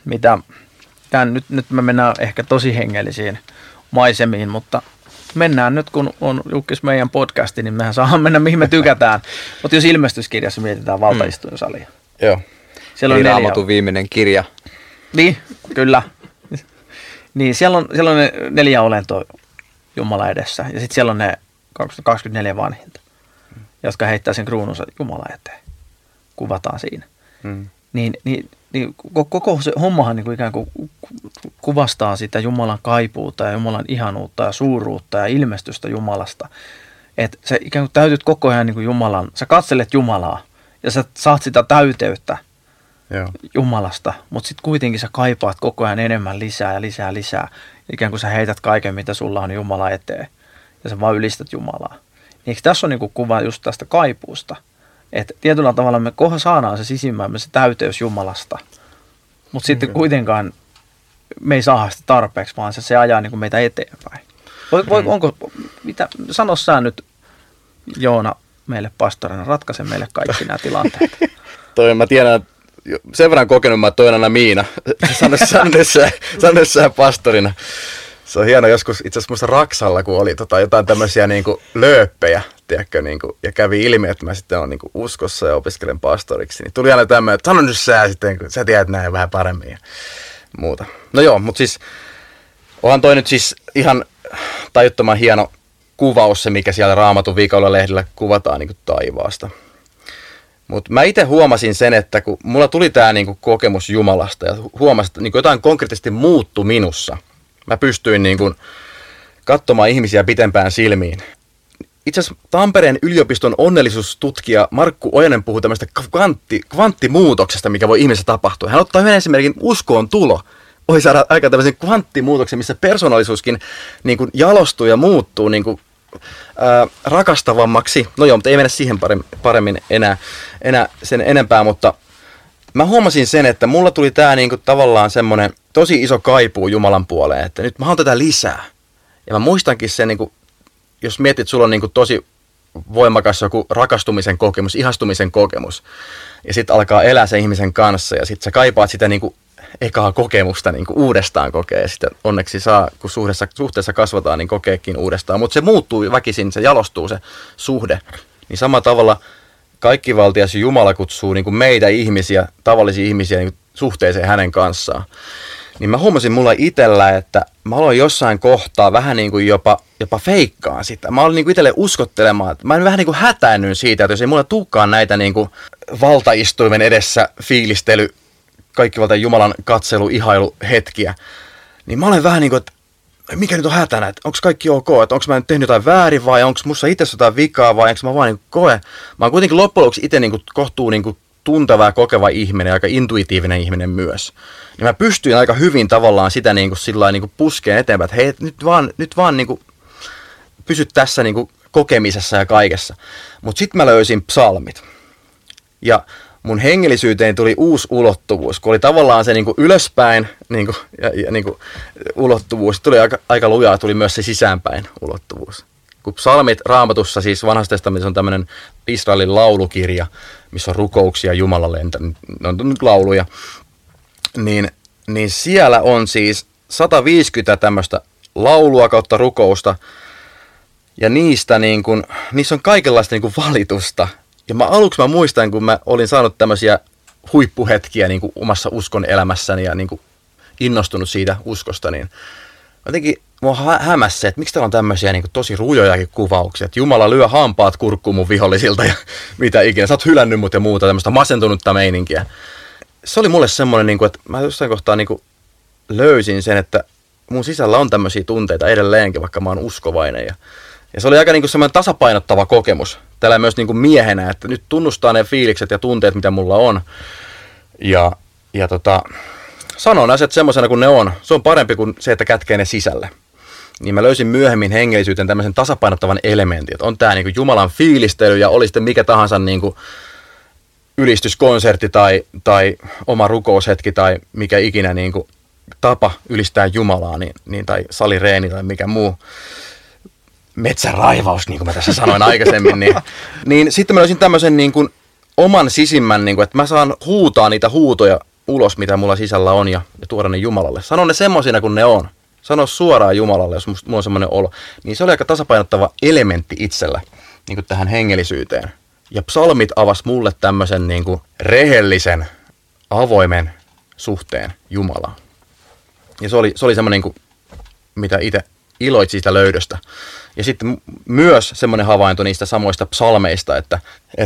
nyt me mennään ehkä tosi hengellisiin maisemiin, mutta mennään nyt, kun on Jukkis meidän podcasti, niin mehän saadaan mennä mihin me tykätään. Mutta jos ilmestyskirjassa mietitään valtaistuinsalia. Joo. Siellä on Raamatun viimeinen kirja. Niin, kyllä. Niin, siellä on ne 4 olentoa Jumala edessä. Ja sitten siellä on ne 24 vanhinta, jotka heittää sen kruununsa Jumala eteen. Kuvataan siinä. Niin koko se hommahan niin kuin ikään kuin kuvastaa sitä Jumalan kaipuuta ja Jumalan ihanuutta ja suuruutta ja ilmestystä Jumalasta. Että sä ikään kuin täytyt koko ajan niin kuin Jumalan, sä katselet Jumalaa ja sä saat sitä täyteyttä Jumalasta, mutta sitten kuitenkin sä kaipaat koko ajan enemmän lisää. Ikään kuin sä heität kaiken, mitä sulla on Jumala eteen ja sä vaan ylistät Jumalaa. Eikö tässä on niin kuin kuva just tästä kaipuusta? Että tietyllä tavalla me saadaan se sisimmämme se täyteys Jumalasta, mutta sitten kuitenkaan me ei saada sitä tarpeeksi, vaan se ajaa niin kuin meitä eteenpäin. Sano sä nyt, Joona, meille pastorina, ratkaise meille kaikki nämä tilanteet. Mä tiedän, sen verran kokenut, mä toin aina Miina. Sano sä pastorina. Se on hieno joskus itse asiassa muista Raksalla, kun oli jotain tämmöisiä niinku lööppejä, tiedätkö, niinku, ja kävi ilmi, että mä sitten olen niinku uskossa ja opiskelen pastoriksi. Niin tuli aina tämmöinen, että sano nyt sä sitten, kun sä tiedät näin vähän paremmin ja muuta. No joo, mutta siis onhan toi nyt siis ihan tajuttoman hieno kuvaus se, mikä siellä Raamatun viikolla-lehdellä kuvataan niinku taivaasta. Mutta mä itse huomasin sen, että kun mulla tuli tää niinku kokemus Jumalasta ja huomasin, että niinku jotain konkreettisesti muuttui minussa. Mä pystyin niin kuin katsomaan ihmisiä pitempään silmiin. Itse asiassa Tampereen yliopiston onnellisuustutkija Markku Ojanen puhuu tämmöistä kvanttimuutoksesta, mikä voi ihmisessä tapahtua. Hän ottaa yhden esimerkin uskoon tulo. Voi saada aikaan tämmöisen kvanttimuutoksen, missä persoonallisuuskin niin kuin jalostuu ja muuttuu niin kuin, rakastavammaksi. No joo, mutta ei mennä siihen paremmin enää sen enempää, mutta mä huomasin sen, että mulla tuli tää niinku tavallaan semmonen tosi iso kaipuu Jumalan puoleen, että nyt mä haluan tätä lisää. Ja mä muistankin sen, niinku, jos mietit, että sulla on niinku tosi voimakas joku rakastumisen kokemus, ihastumisen kokemus, ja sitten alkaa elää sen ihmisen kanssa, ja sitten sä kaipaat sitä niinku ekaa kokemusta niinku uudestaan kokea, ja sitten onneksi saa, kun suhteessa kasvataan, niin kokeekin uudestaan. Mutta se muuttuu väkisin, se jalostuu se suhde. Niin samalla tavalla kaikkivaltias Jumala kutsuu niin kuin meitä ihmisiä, tavallisia ihmisiä niin kuin suhteeseen hänen kanssaan. Niin mä huomasin mulla itsellä, että mä aloin jossain kohtaa vähän niin kuin jopa feikkaan sitä. Mä olin niin kuin itselle uskottelemaan, että mä en vähän niin kuin hätäännyt siitä, että jos ei mulla tulekaan näitä niin kuin valtaistuimen edessä fiilistely, kaikkivaltiaan Jumalan katselu, ihailu hetkiä, niin mä olen vähän niin kuin, että mikä nyt on hätänä, että onko kaikki ok, että onko mä nyt tehnyt jotain väärin vai onko musta itse jotain vikaa vai onko mä vaan niin koe. Mä oon kuitenkin loppujen lopuksi itse niin kohtuu niin tunteva ja kokeva ihminen ja aika intuitiivinen ihminen myös. Niin mä pystyin aika hyvin tavallaan sitä niin sillä niin puskeen eteenpäin, että hei, nyt vaan niin pysy tässä niin kokemisessa ja kaikessa. Mutta sitten mä löysin psalmit. Ja mun hengellisyyteen tuli uusi ulottuvuus, kun oli tavallaan se niinku ylöspäin niinku, ja niinku, ulottuvuus. Tuli aika lujaa, tuli myös se sisäänpäin ulottuvuus. Kun psalmit Raamatussa, siis Vanhassa testamentissa on tämmöinen Israelin laulukirja, missä on rukouksia Jumalalle, ne on nyt lauluja, niin siellä on siis 150 tämmöistä laulua kautta rukousta, ja niissä on kaikenlaista niinku valitusta. Ja aluksi mä muistan, kun mä olin saanut tämmöisiä huippuhetkiä niin kuin omassa uskon elämässäni ja niin kuin innostunut siitä uskosta, niin jotenkin mua hämässä, että miksi täällä on tämmöisiä niin kuin tosi rujojakin kuvauksia, että Jumala lyö hampaat kurkkuun mun vihollisilta ja mitä ikinä, sä oot hylännyt mut ja muuta, tämmöistä masentunutta meininkiä. Se oli mulle semmoinen, niin kuin, että mä jossain kohtaa niin kuin löysin sen, että mun sisällä on tämmöisiä tunteita edelleenkin, vaikka mä oon uskovainen ja se oli aika niinku semmoinen tasapainottava kokemus tällä myös niinku miehenä, että nyt tunnustaa ne fiilikset ja tunteet, mitä mulla on. Ja sanon asiat semmoisena kuin ne on. Se on parempi kuin se, että kätkee ne sisälle. Niin mä löysin myöhemmin hengellisyyteen tämmöisen tasapainottavan elementin, että on tää niinku Jumalan fiilistely ja oli sitten mikä tahansa niinku ylistyskonsertti tai oma rukoushetki tai mikä ikinä niinku tapa ylistää Jumalaa tai salireeni tai mikä muu. Metsäraivaus, niin kuin mä tässä sanoin aikaisemmin, niin sitten mä löysin tämmöisen niin kuin oman sisimmän, niin kuin, että mä saan huutaa niitä huutoja ulos, mitä mulla sisällä on ja tuoda ne Jumalalle. Sano ne semmosina kuin ne on. Sano suoraan Jumalalle, jos mulla on semmoinen olo. Niin se oli aika tasapainottava elementti itsellä niin kuin tähän hengellisyyteen. Ja psalmit avasi mulle tämmöisen niin kuin rehellisen, avoimen suhteen Jumalaan. Ja se oli semmoinen, niin kuin, mitä itse iloitsi siitä löydöstä. Ja sitten myös semmoinen havainto niistä samoista psalmeista, että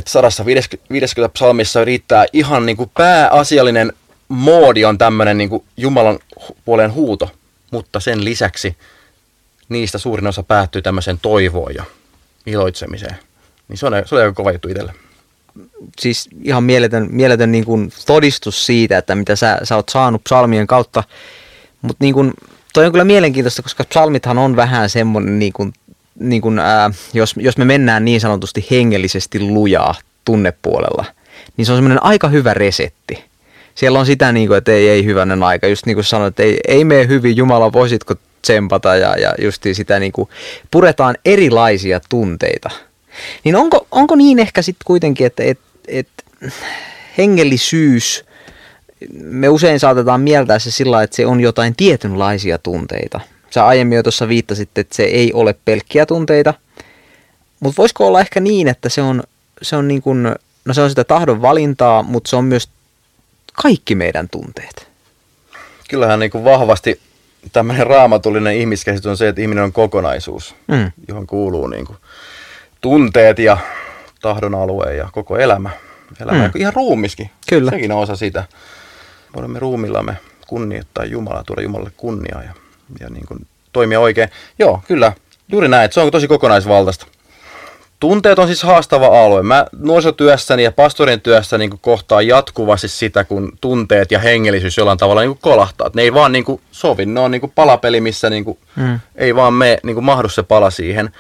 150 psalmissa riittää ihan niin kuin pääasiallinen moodi on tämmöinen niin kuin Jumalan puoleen huuto, mutta sen lisäksi niistä suurin osa päättyy tämmöiseen toivoon ja iloitsemiseen. Niin se oli aika kova juttu itselle. Siis ihan mieletön niin kuin todistus siitä, että mitä sä oot saanut psalmien kautta. Mutta niin kuin, toi on kyllä mielenkiintoista, koska psalmithan on vähän semmoinen, jos me mennään niin sanotusti hengellisesti lujaa tunnepuolella, niin se on semmoinen aika hyvä resetti. Siellä on sitä, niin kuin, että ei hyvänen aika, just niin kuin sanoit, että ei mene hyvin, Jumala, voisitko tsempata, ja justiin sitä niin kuin puretaan erilaisia tunteita. Niin onko niin ehkä sitten kuitenkin, että hengellisyys, me usein saatetaan mieltää se sillä, että se on jotain tietynlaisia tunteita. Sä aiemmin jo tuossa viittasit, että se ei ole pelkkiä tunteita, mutta voisiko olla ehkä niin, että se on niin kuin, no se on sitä tahdon valintaa, mutta se on myös kaikki meidän tunteet. Kyllähän niin kuin vahvasti tämmöinen raamatullinen ihmiskäsitys on se, että ihminen on kokonaisuus, johon kuuluu niin kuin tunteet ja tahdon alue ja koko elämä. Ihan ruumiskin. Kyllä. Sekin on osa sitä. Voimme ruumillamme kunnioittaa Jumalaa, tuoda Jumalalle kunniaa ja niin kuin toimia oikein. Joo, kyllä. Juuri näin, että se on tosi kokonaisvaltaista. Tunteet on siis haastava alue. Mä nuorisotyössäni ja pastorin työssä niin kuin kohtaan jatkuvasti sitä, kun tunteet ja hengellisyys jollain tavalla niin kuin kolahtaa. Et ne ei vaan niin kuin sovi. Ne on niin kuin palapeli, missä niin kuin ei vaan niin kuin mahdu se pala siihen.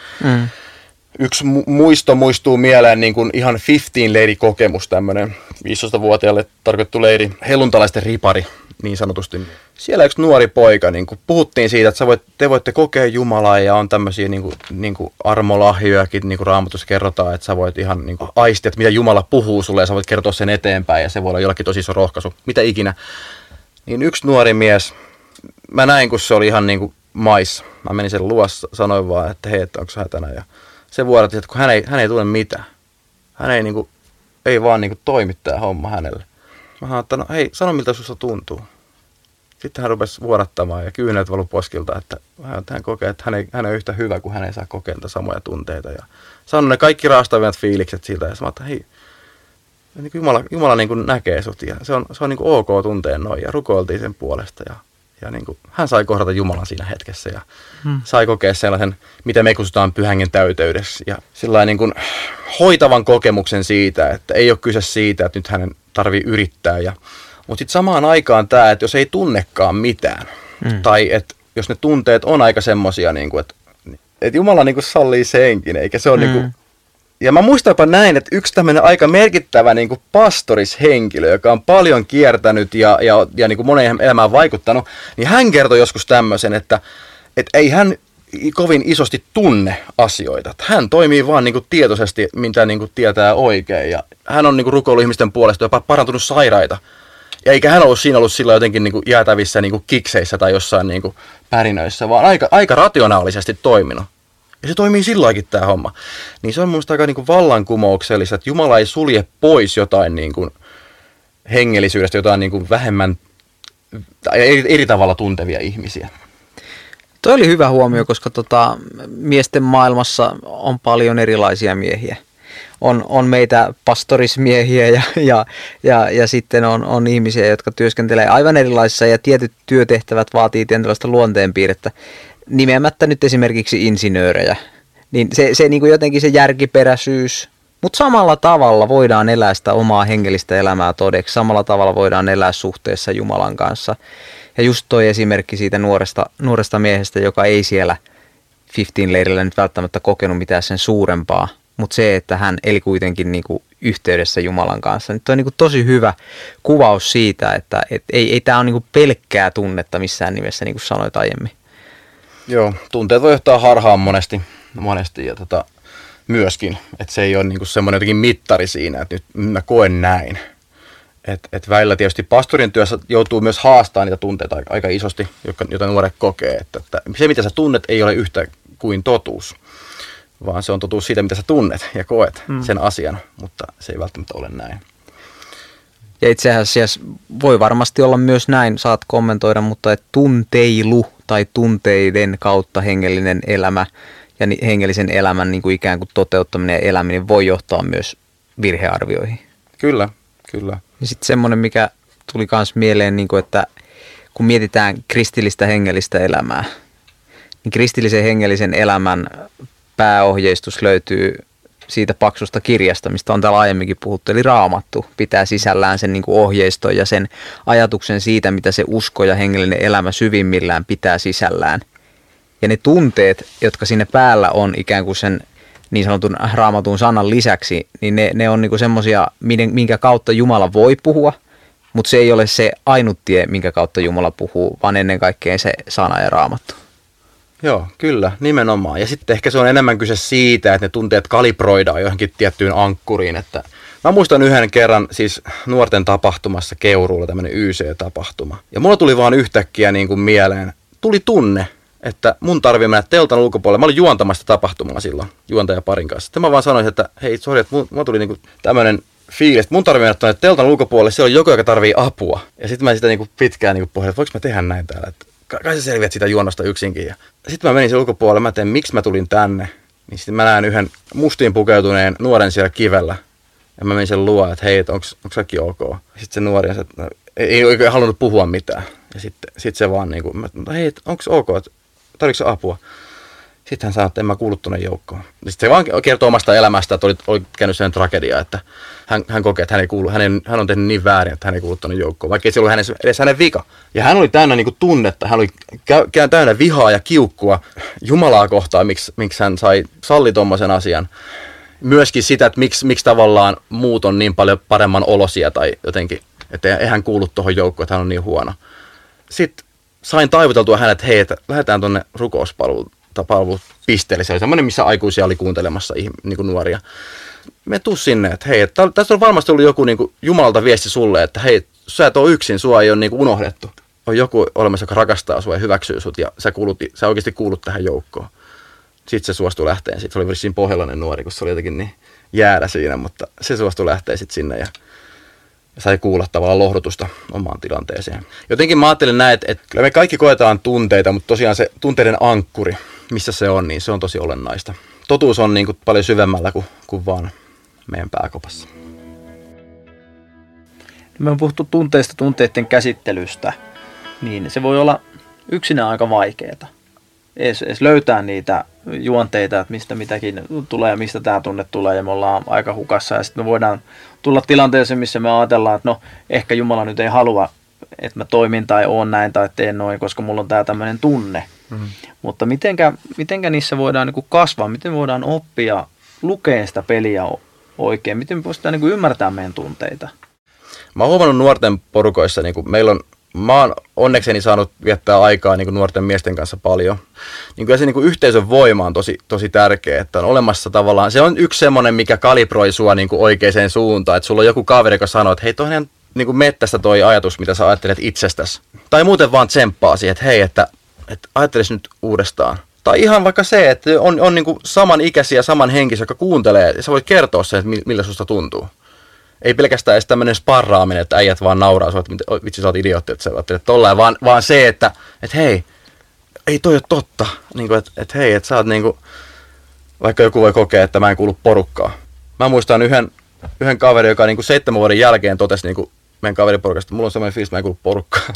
Yksi muisto muistuu mieleen niin kuin ihan 15-leiri-kokemus, tämmöinen 15-vuotiaalle tarkoitettu leiri, helluntalaisten ripari niin sanotusti. Siellä yksi nuori poika, niin kuin puhuttiin siitä, että te voitte kokea Jumalaa ja on tämmöisiä niin kuin armolahjojakin, niin kuin Raamatussa kerrotaan, että sä voit ihan niin kuin aistia, että mitä Jumala puhuu sulle ja sä voit kertoa sen eteenpäin ja se voi olla jollakin tosi iso rohkaisu, mitä ikinä. Niin yksi nuori mies, mä näin kun se oli ihan niin kuin maissa. Mä menin sen luossa, sanoin vaan, että hei, että onko sä hätänä ja se vuodatti, että kun hän ei tule mitään. Hän ei, ei vaan toimi tämä homma hänelle. Mä sanoin, että no hei, sano miltä susta tuntuu. Sitten hän rupesi vuodattamaan ja kyyneleet valu poskilta, että hän kokee, että hän on yhtä hyvä, kun hän ei saa kokea samoja tunteita. Ja sanoi ne kaikki raastavimmat fiilikset siltä ja sanoin, että hei, Jumala näkee sut ja se on ok tunteen noin ja rukoiltiin sen puolesta ja hän sai kohdata Jumalan siinä hetkessä ja sai kokea sellaisen, mitä me kutsutaan pyhän hengen täyteydessä. Ja sellainen hoitavan kokemuksen siitä, että ei ole kyse siitä, että nyt hänen tarvii yrittää. Mutta sitten samaan aikaan tämä, että jos ei tunnekaan mitään, tai että jos ne tunteet on aika semmoisia, että Jumala sallii senkin, eikä se ole ja mä muistan jopa näin, että yksi tämmöinen aika merkittävä pastorishenkilö, joka on paljon kiertänyt ja monen elämään vaikuttanut, niin hän kertoi joskus tämmöisen, että ei hän kovin isosti tunne asioita. Että hän toimii vaan tietoisesti, mitä tietää oikein. Ja hän on rukoillut ihmisten puolesta, jopa parantunut sairaita. Ja eikä hän ollut siinä ollut sillä jotenkin jäätävissä kikseissä tai jossain pärinöissä, vaan aika rationaalisesti toiminut. Ja se toimii silloinkin tämä homma. Niin se on mun mielestä aika vallankumouksellista, että Jumala ei sulje pois jotain hengellisyydestä, jotain vähemmän tai eri tavalla tuntevia ihmisiä. Toi oli hyvä huomio, koska miesten maailmassa on paljon erilaisia miehiä. On meitä pastorismiehiä ja sitten on ihmisiä, jotka työskentelee aivan erilaisissa ja tietyt työtehtävät vaatii tietynlaista luonteenpiirrettä. Nimeämättä nyt esimerkiksi insinöörejä, niin se jotenkin se järkiperäisyys, mutta samalla tavalla voidaan elää sitä omaa hengellistä elämää todeksi, samalla tavalla voidaan elää suhteessa Jumalan kanssa. Ja just toi esimerkki siitä nuoresta miehestä, joka ei siellä 15-leirillä nyt välttämättä kokenut mitään sen suurempaa, mutta se, että hän eli kuitenkin yhteydessä Jumalan kanssa, niin toi on tosi hyvä kuvaus siitä, että ei tämä ole pelkkää tunnetta missään nimessä, niin kuin sanoit aiemmin. Joo, tunteet voi johtaa harhaan monesti ja myöskin, että se ei ole semmoinen jotenkin mittari siinä, että nyt mä koen näin. Et välillä tietysti pastorin työssä joutuu myös haastamaan niitä tunteita aika isosti, joita nuoret kokee. Että se, mitä sä tunnet, ei ole yhtä kuin totuus, vaan se on totuus siitä, mitä sä tunnet ja koet sen asian, mutta se ei välttämättä ole näin. Ja itse asiassa voi varmasti olla myös näin, saat kommentoida, mutta että tunteilu tai tunteiden kautta hengellinen elämä ja hengellisen elämän niin kuin ikään kuin toteuttaminen ja eläminen voi johtaa myös virhearvioihin. Kyllä. Ja sitten semmoinen, mikä tuli myös mieleen, niin kuin, että kun mietitään kristillistä hengellistä elämää, niin kristillisen hengellisen elämän pääohjeistus löytyy siitä paksusta kirjasta, mistä on täällä aiemminkin puhuttu, eli Raamattu pitää sisällään sen niin kuin ohjeiston ja sen ajatuksen siitä, mitä se usko ja hengellinen elämä syvimmillään pitää sisällään. Ja ne tunteet, jotka sinne päällä on ikään kuin sen niin sanotun Raamatun sanan lisäksi, niin ne on niin kuin semmoisia, minkä kautta Jumala voi puhua, mutta se ei ole se ainut tie, minkä kautta Jumala puhuu, vaan ennen kaikkea se sana ja Raamattu. Joo, kyllä, nimenomaan. Ja sitten ehkä se on enemmän kyse siitä, että ne tunteet kalibroidaan johonkin tiettyyn ankkuriin. Että mä muistan yhden kerran siis nuorten tapahtumassa Keuruulla, tämmöinen YC-tapahtuma. Ja mulla tuli vaan yhtäkkiä niin kuin mieleen, tuli tunne, että mun tarvii mennä teltan ulkopuolelle. Mä olin juontamassa tapahtumaa silloin, juontajaparin kanssa. Sitten mä vaan sanoin, että hei, sori, että mulla tuli niin kuin tämmöinen fiilis, että mun tarvii mennä tuonne teltan ulkopuolelle, siellä on joku, joka tarvii apua. Ja sitten mä sitä niin kuin pitkään niin kuin pohdin, että voiko mä tehdä näin täällä, että kai sä selviät sitä juonnosta yksinkin. Ja sitten mä menin sen ulkopuolelle, mä tein, miksi mä tulin tänne. Niin sitten mä näen yhden mustiin pukeutuneen nuoren siellä kivellä. Ja mä menin sen luo, että hei, onko kaikki ok. Sitten se nuori ei oikein halunnut puhua mitään. Ja sitten se vaan niin kuin, hei, onko ok, tarvitsetko apua? Sitten hän sanoi, että en mä kuulu tuonne joukkoon. Sitten se vaan kertoo omasta elämästä, että oli käynyt sen tragedia, että hän kokee, että hän on tehnyt niin väärin, että hän ei kuulu tuonne joukkoon, vaikka ei se ollut edes hänen vika. Ja hän oli täynnä niin kuin tunnetta, hän oli täynnä vihaa ja kiukkua Jumalaa kohtaan, miksi hän salli tommosen asian. Myöskin sitä, että miksi tavallaan muut on niin paljon paremman olosia tai jotenkin, että ei hän kuulu tuohon joukkoon, että hän on niin huono. Sitten sain taivuteltua hänet, että hei, että lähdetään tuonne rukouspalvelupisteelle. Se oli semmoinen, missä aikuisia oli kuuntelemassa niin kuin nuoria. Me tuu sinne, että hei, että tässä on varmasti ollut joku niin kuin Jumalalta viesti sulle, että hei, sä et ole yksin, sua ei ole niin kuin unohdettu. On joku olemassa, joka rakastaa sua ja hyväksyy sut ja sä oikeasti kuulut tähän joukkoon. Sitten se suostui lähteen. Sitten se oli siinä pohjalainen nuori, kun se oli jotenkin niin jäädä siinä, mutta se suostui lähteen sitten sinne ja sai kuulla tavallaan lohdutusta omaan tilanteeseen. Jotenkin mä ajattelen näin, että kyllä me kaikki koetaan tunteita, mutta tosiaan se tunteiden ankkuri, missä se on, niin se on tosi olennaista. Totuus on niin kuin paljon syvemmällä kuin vaan meidän pääkopassa. Me on puhuttu tunteista, tunteiden käsittelystä, niin se voi olla yksinään aika vaikeaa. Edes löytää niitä juonteita, että mistä mitäkin tulee ja mistä tämä tunne tulee ja me ollaan aika hukassa ja sitten me voidaan tulla tilanteeseen, missä me ajatellaan, että no ehkä Jumala nyt ei halua, että mä toimin tai oon näin tai teen noin, koska mulla on tää tämmöinen tunne. Mutta mitenkä niissä voidaan niin kuin kasvaa, miten voidaan oppia lukea sitä peliä oikein, miten me pystytään niin kuin ymmärtämään meidän tunteita? Mä oon huomannut nuorten porukoissa, niin kuin mä oon onnekseni saanut viettää aikaa niin kuin nuorten miesten kanssa paljon. Niin kyllä se niin kuin yhteisön voima on tosi tärkeä, että on olemassa tavallaan, se on yksi semmoinen, mikä kalibroi sua niin kuin oikeaan suuntaan, että sulla on joku kaveri, joka sanoo, että hei, toi on ihan niin kuin mettästä toi ajatus, mitä sä ajattelet itsestäsi. Tai muuten vaan tsemppaa siihen, että hei, että ajattelis nyt uudestaan. Tai ihan vaikka se, että on niin kuin samanikäisiä, samanhenkisiä, joka kuuntelee, ja sä voit kertoa sen, että millä susta tuntuu. Ei pelkästään edes tämmöinen sparraaminen, että äijät vaan nauraa sua, että vitsi sä oot idiootti, että sä ajattelet tolleen, vaan se, että hei, ei toi ole totta. Niin kuin, että hei, että sä oot niin kuin, vaikka joku voi kokea, että mä en kuulu porukkaan. Mä muistan yhden kaverin, joka niin kuin 7 vuoden jälkeen totesi niin kuin meidän kaveriporukasta, että mulla on semmoinen fiilis, että mä en kuulu porukkaan.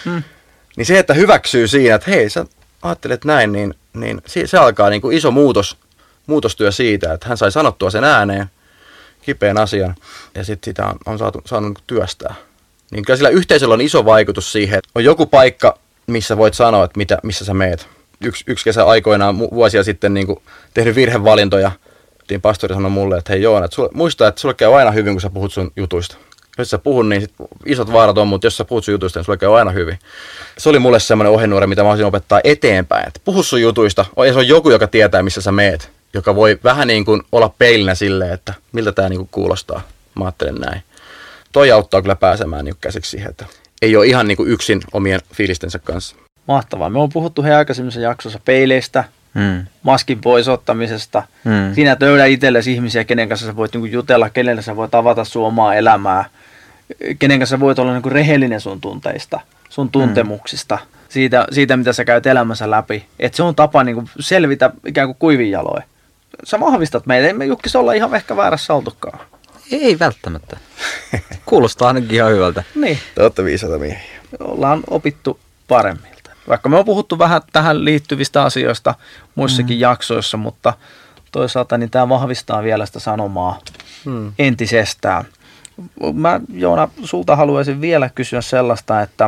Niin se, että hyväksyy siinä, että hei, sä ajattelet näin, niin se alkaa niin kuin iso muutostyö siitä, että hän sai sanottua sen ääneen, kipeän asian, ja sitten sitä on saanut työstää. Niin kyllä sillä yhteisöllä on iso vaikutus siihen, että on joku paikka, missä voit sanoa, että missä sä meet. Yksi kesä aikoinaan vuosia sitten niin tehnyt virhevalintoja. Pastori sanoi mulle, että hei Joona, muista, että sulle käy aina hyvin, kun sä puhut sun jutuista. Jos sä puhut, niin isot vaarat on, mutta jos sä puhut sun jutuista, niin sulle käy aina hyvin. Se oli mulle semmoinen ohjenuora, mitä mä haluaisin opettaa eteenpäin. Että puhu sun jutuista, ja se on joku, joka tietää, missä sä meet. Joka voi vähän niin kuin olla peilinä silleen, että miltä tämä niin kuin kuulostaa. Mä ajattelen näin. toi auttaa kyllä pääsemään niin käsiksi siihen, että ei ole ihan niin kuin yksin omien fiilistensä kanssa. Mahtavaa. Me on puhuttu aikaisemmissa jaksossa peileistä, maskin pois ottamisesta. Siinä löydä itsellesi ihmisiä, kenen kanssa sä voit niin jutella, kenelle sä voit avata sun omaa elämää, kenen kanssa voit olla niin rehellinen sun tunteista, sun tuntemuksista, siitä mitä sä käyt elämässä läpi. Että se on tapa niin selvitä ikään kuin kuivin jaloin. Sä vahvistat meitä, emme Jukkis olla ihan ehkä väärässä oltukaan. Ei välttämättä. Kuulostaa ainakin ihan hyvältä. Niin. Te olette viisaita miehiä. Ollaan opittu paremmilta. Vaikka me on puhuttu vähän tähän liittyvistä asioista muissakin jaksoissa, mutta toisaalta niin tämä vahvistaa vielä sitä sanomaa entisestään. Mä, Joona, sulta haluaisin vielä kysyä sellaista, että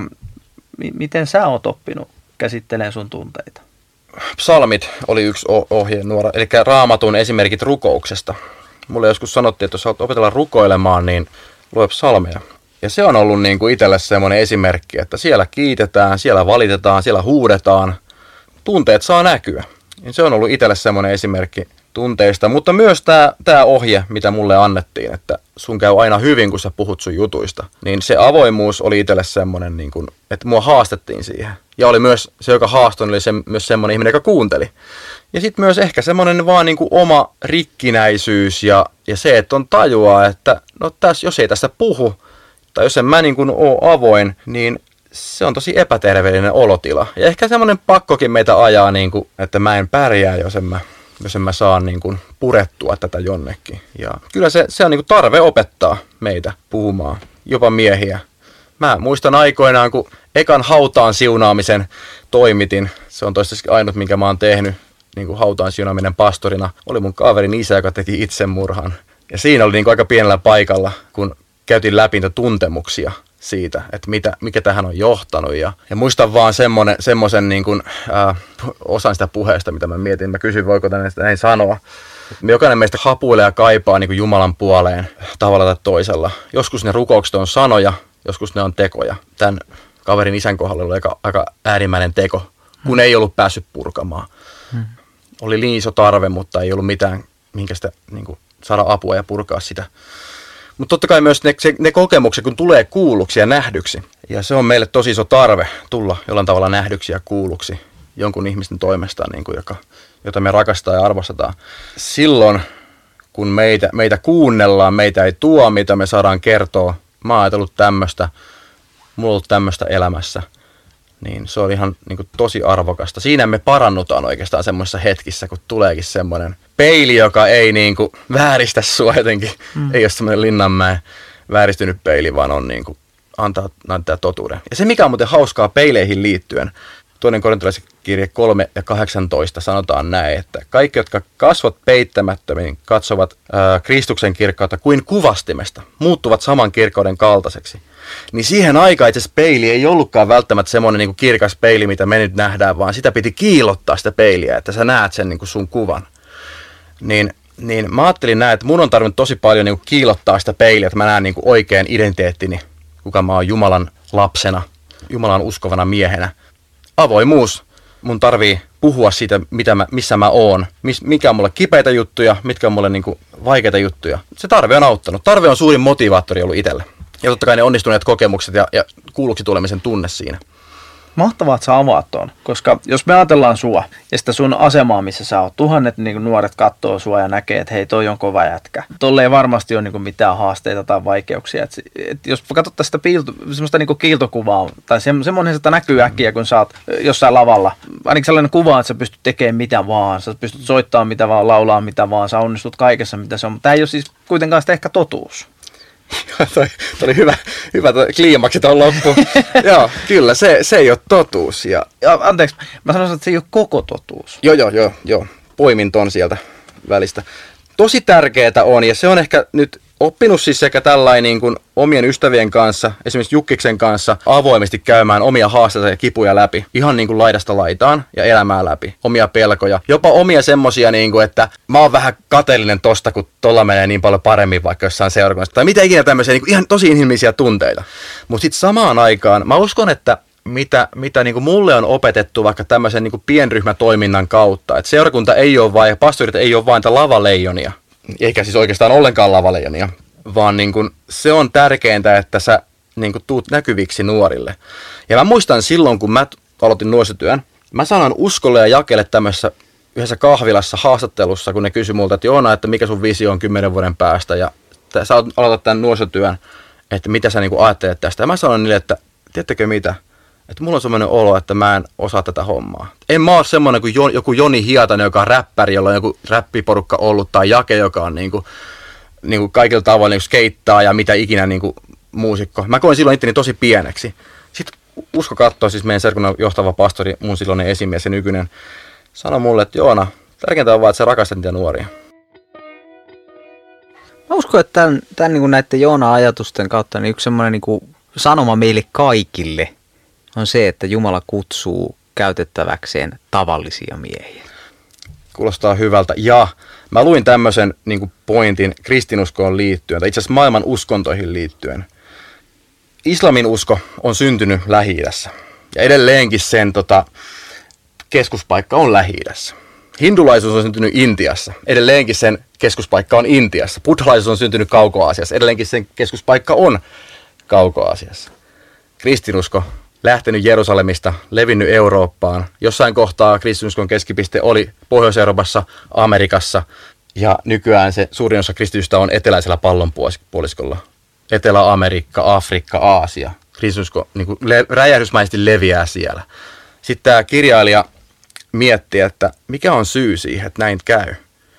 miten sä oot oppinut käsittelemään sun tunteita? Psalmit oli yksi ohjenuora, eli Raamatun esimerkit rukouksesta. Mulle joskus sanottiin, että jos haluat opetella rukoilemaan, niin lue psalmeja. Ja se on ollut niin kuin itselle semmoinen esimerkki, että siellä kiitetään, siellä valitetaan, siellä huudetaan. Tunteet saa näkyä. Ja se on ollut itselle semmoinen esimerkki tunteista, mutta myös tämä ohje, mitä mulle annettiin, että sun käy aina hyvin, kun sä puhut sun jutuista. Niin se avoimuus oli itselle semmoinen, niin kuin, että mua haastettiin siihen. Ja oli myös se, joka haastoi, oli myös semmoinen ihminen, joka kuunteli. Ja sitten myös ehkä semmoinen vaan niin kuin oma rikkinäisyys ja se, että on tajua, että no jos ei tästä puhu, tai jos en mä niin kuin ole avoin, niin se on tosi epäterveellinen olotila. Ja ehkä semmoinen pakkokin meitä ajaa, niin kuin, että mä en pärjää, jos en mä saa niin kuin purettua tätä jonnekin. Ja kyllä se on niin kuin tarve opettaa meitä puhumaan, jopa miehiä. Mä muistan aikoinaan, kun ekan hautaan siunaamisen toimitin. Se on toistaiseksi ainut, minkä mä oon tehnyt, niin kuin hautaan siunaaminen pastorina. Oli mun kaverin isä, joka teki itsemurhan. Ja siinä oli niin kuin aika pienellä paikalla, kun käytiin läpi niitä tuntemuksia siitä, että mikä tähän on johtanut. Ja muistan vaan semmoisen niin kuin, osan sitä puheesta, mitä mä mietin. Mä kysyin, voiko tänne sitä näin sanoa. Jokainen meistä hapuilee ja kaipaa niin kuin Jumalan puoleen tavalla tai toisella. Joskus ne rukoukset on sanoja, joskus ne on tekoja. Tämän kaverin isän kohdalla oli aika äärimmäinen teko, kun ei ollut päässyt purkamaan. Oli niin iso tarve, mutta ei ollut mitään, minkä sitä niin kuin, saada apua ja purkaa sitä. Mutta totta kai myös ne kokemukset, kun tulee kuulluksi ja nähdyksi. Ja se on meille tosi iso tarve tulla jollain tavalla nähdyksi ja kuulluksi jonkun ihmisten toimesta, niin kuin jota me rakastaa ja arvostetaan. Silloin, kun meitä kuunnellaan, meitä ei tuomita, me saadaan kertoa, mä oon ajatellut tämmöistä, mulla on ollut tämmöistä elämässä, niin se on ihan niin kuin tosi arvokasta. Siinä me parannutaan oikeastaan semmoisessa hetkissä, kun tuleekin semmoinen peili, joka ei niin kuin vääristä sua jotenkin. Ei ole semmoinen Linnanmäen vääristynyt peili, vaan on niin kuin antaa totuuden. Ja se, mikä on muuten hauskaa peileihin liittyen, 2. Korintolaiskirje 3:18 sanotaan näin, että kaikki, jotka kasvot peittämättömiin, katsovat Kristuksen kirkkautta kuin kuvastimesta, muuttuvat saman kirkkauden kaltaiseksi. Niin siihen aikaan itse asiassa peili ei ollutkaan välttämättä semmoinen niin kuin kirkas peili, mitä me nyt nähdään, vaan sitä piti kiillottaa sitä peiliä, että sä näet sen niin kuin sun kuvan. Niin mä ajattelin näin, että mun on tarvinnut tosi paljon niin kuin kiillottaa sitä peiliä, että mä näen niin kuin oikean identiteettini, kuka mä oon Jumalan lapsena, Jumalan uskovana miehenä. Avoimuus. Mun tarvii puhua siitä, missä mä oon, mikä on mulle kipeitä juttuja, mitkä on mulle niin kuin vaikeita juttuja. Se tarve on auttanut. Tarve on suurin motivaattori ollut itselle. Ja totta kai ne onnistuneet kokemukset ja kuulluksi tulemisen tunne siinä. Mahtavaa, että sä avaat tuon, koska jos me ajatellaan sua ja sitä sun asemaa, missä sä oot, tuhannet niin nuoret katsoo sua ja näkee, että hei, toi on kova jätkä. Tolle ei varmasti ole niin mitään haasteita tai vaikeuksia. Et jos katsotaan sitä semmoista niin kiiltokuvaa, tai semmoinen, että näkyy äkkiä, kun sä oot jossain lavalla. Ainakin sellainen kuva, että sä pystyt tekemään mitä vaan, sä pystyt soittamaan mitä vaan, laulaa mitä vaan, sä onnistut kaikessa mitä se on. Mutta tämä ei ole siis kuitenkaan sitä ehkä totuus. Toi oli hyvä toi kliimaksi tuohon loppuun. Joo, kyllä, se ei ole totuus. Ja anteeksi, mä sanoisin, että se ei ole koko totuus. Joo. Poimin ton sieltä välistä. Tosi tärkeää on, ja se on ehkä nyt oppinut siis sekä tällainen niin kuin omien ystävien kanssa, esimerkiksi Jukkiksen kanssa, avoimesti käymään omia haasteita ja kipuja läpi. Ihan niin kuin laidasta laitaan ja elämää läpi. Omia pelkoja. Jopa omia semmosia, niin kuin, että mä oon vähän kateellinen tosta, kun tolla menee niin paljon paremmin vaikka jossain seurakunnassa. Tai mitä ikinä tämmöisiä niin kuin ihan tosi inhimillisiä tunteita. Mutta sitten samaan aikaan mä uskon, että mitä niin kuin mulle on opetettu vaikka tämmöisen niin kuin pienryhmätoiminnan kautta. Että seurakunta ei ole vain, ja pastorit ei ole vain lavaleijjonia. Eikä siis oikeastaan ollenkaan lavaleijjonia. vaan niin kuin, se on tärkeintä, että sä niin kuin, tuut näkyviksi nuorille. Ja mä muistan silloin, kun mä aloitin nuorisotyön, mä sanoin Uskolle ja Jakelle tämmöisessä yhdessä kahvilassa haastattelussa, kun ne kysyi multa, että Joona, että mikä sun visio on 10 vuoden päästä, ja sä aloitat tämän nuorisotyön, että mitä sä niin kuin ajattelet tästä. Ja mä sanoin niille, että tiedättekö mitä? Että mulla on semmoinen olo, että mä en osaa tätä hommaa. En mä ole semmoinen kuin joku Joni Hietanen, joka on räppäri, jolla on joku räppiporukka ollut, tai Jake, joka on niin kuin kaikilla tavoilla niin skeittaa ja mitä ikinä niin kuin muusikko. Mä koin silloin itteni tosi pieneksi. Sitten Usko katsoi, siis meidän seurakunnan johtava pastori, mun silloinen esimies ja nykyinen, sanoi mulle, että Joona, tärkeintä on vaan, että sä rakastat niitä nuoria. Mä uskon, että tämän niin kuin näiden Joona-ajatusten kautta niin yksi semmoinen niin kuin sanoma meille kaikille on se, että Jumala kutsuu käytettäväkseen tavallisia miehiä. Kuulostaa hyvältä. Ja mä luin tämmöisen niin kuin pointin kristinuskoon liittyen, tai itse asiassa maailman uskontoihin liittyen. Islamin usko on syntynyt Lähi-idässä. Ja edelleenkin sen keskuspaikka on Lähi-idässä. Hindulaisuus on syntynyt Intiassa. Edelleenkin sen keskuspaikka on Intiassa. Buddhalaisuus on syntynyt Kauko-Aasiassa. Edelleenkin sen keskuspaikka on Kauko-Aasiassa. Kristinusko lähtenyt Jerusalemista, levinnyt Eurooppaan. Jossain kohtaa kristinuskon keskipiste oli Pohjois-Euroopassa, Amerikassa. Ja nykyään se suurin osa kristitystä on eteläisellä pallonpuoliskolla. Etelä-Amerikka, Afrikka, Aasia. Kristinusko niin kuin räjähdysmäisesti leviää siellä. Sitten tämä kirjailija miettii, että mikä on syy siihen, että näin käy.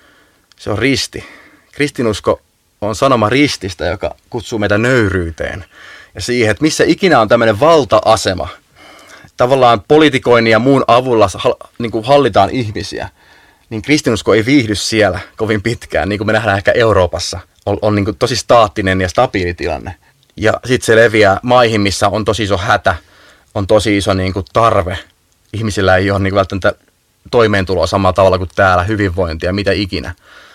Se on risti. Kristinusko on sanoma rististä, joka kutsuu meitä nöyryyteen. Ja siihen, että missä ikinä on tämmöinen valta-asema, tavallaan politikoinnin ja muun avulla niin kuin hallitaan ihmisiä, niin kristinusko ei viihdy siellä kovin pitkään, niin kuin me nähdään ehkä Euroopassa. On niin kuin tosi staattinen ja stabiili tilanne. Ja sitten se leviää maihin, missä on tosi iso hätä, on tosi iso niin kuin tarve. Ihmisillä ei ole niin kuin välttämättä toimeentuloa samalla tavalla kuin täällä, hyvinvointia, mitä ikinä.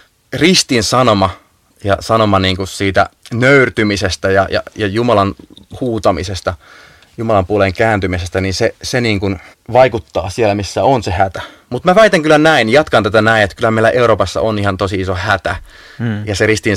Ristin sanoma ja sanoma niin kuin siitä nöyrtymisestä ja Jumalan huutamisesta, Jumalan puoleen kääntymisestä, niin se niin kuin vaikuttaa siellä, missä on se hätä. Mutta mä väitän kyllä näin, jatkan tätä näin, että kyllä meillä Euroopassa on ihan tosi iso hätä. Ja se ristin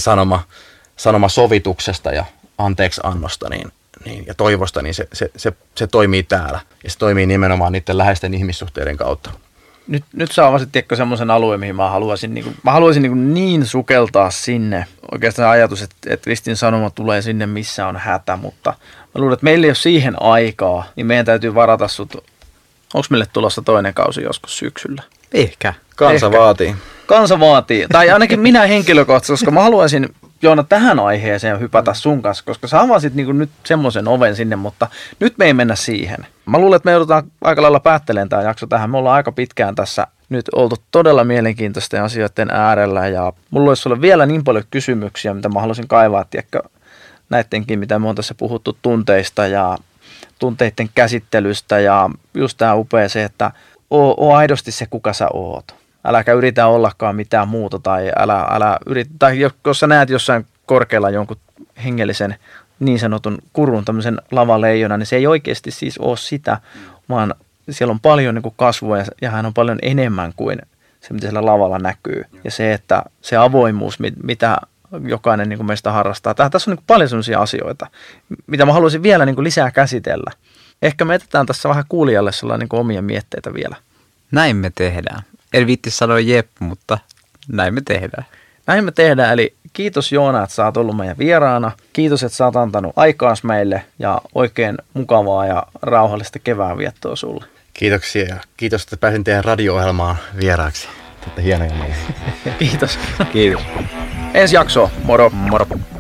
sanoma sovituksesta ja anteeksiannosta ja toivosta, niin se toimii täällä. Ja se toimii nimenomaan niiden läheisten ihmissuhteiden kautta. Nyt sä avasit semmoisen alueen, mihin mä haluaisin niin sukeltaa sinne. Oikeastaan ajatus, että ristin sanoma tulee sinne, missä on hätä, mutta mä luulen, että meillä ei ole siihen aikaa, niin meidän täytyy varata sut. Onko meille tulossa toinen kausi joskus syksyllä? Ehkä. Kansa vaatii. Kansa vaatii. Tai ainakin minä henkilökohtaisesti, koska mä haluaisin, Joona, tähän aiheeseen hypätä sun kanssa, koska sä avasit nyt semmoisen oven sinne, mutta nyt me ei mennä siihen. Mä luulen, että me joudutaan aika lailla päättelemään tämä jakso tähän. Me ollaan aika pitkään tässä nyt oltu todella mielenkiintoisten asioiden äärellä ja mulla olisi sulle vielä niin paljon kysymyksiä, mitä mä haluaisin kaivaa, tiedätkö, näittenkin, mitä me on tässä puhuttu tunteista ja tunteiden käsittelystä ja just tämä upea se, että oo aidosti se, kuka sä oot. Äläkä yritä ollakaan mitään muuta tai älä yritä, tai jos sä näet jossain korkealla jonkun hengellisen niin sanotun kurun, tämmöisen lavaleijona, niin se ei oikeasti siis ole sitä, vaan siellä on paljon niin kuin kasvua ja hän on paljon enemmän kuin se, mitä siellä lavalla näkyy. Ja se, että se avoimuus, mitä jokainen niin kuin meistä harrastaa. Tässä on niin kuin paljon sellaisia asioita, mitä mä haluaisin vielä niin kuin lisää käsitellä. Ehkä me jätetään tässä vähän kuulijalle sellainen niin kuin omia mietteitä vielä. Näin me tehdään. En viitti sanoa jep, mutta näin me tehdään. Näin me tehdään, eli kiitos Joona, että sä oot ollut meidän vieraana. Kiitos, että sä oot antanut aikaas meille ja oikein mukavaa ja rauhallista kevään viettoa sulle. Kiitoksia ja kiitos, että pääsin teidän radio-ohjelmaan vieraaksi. Tätä hienoja. Kiitos. Kiitos. Ensi jaksoa. Moro. Moro.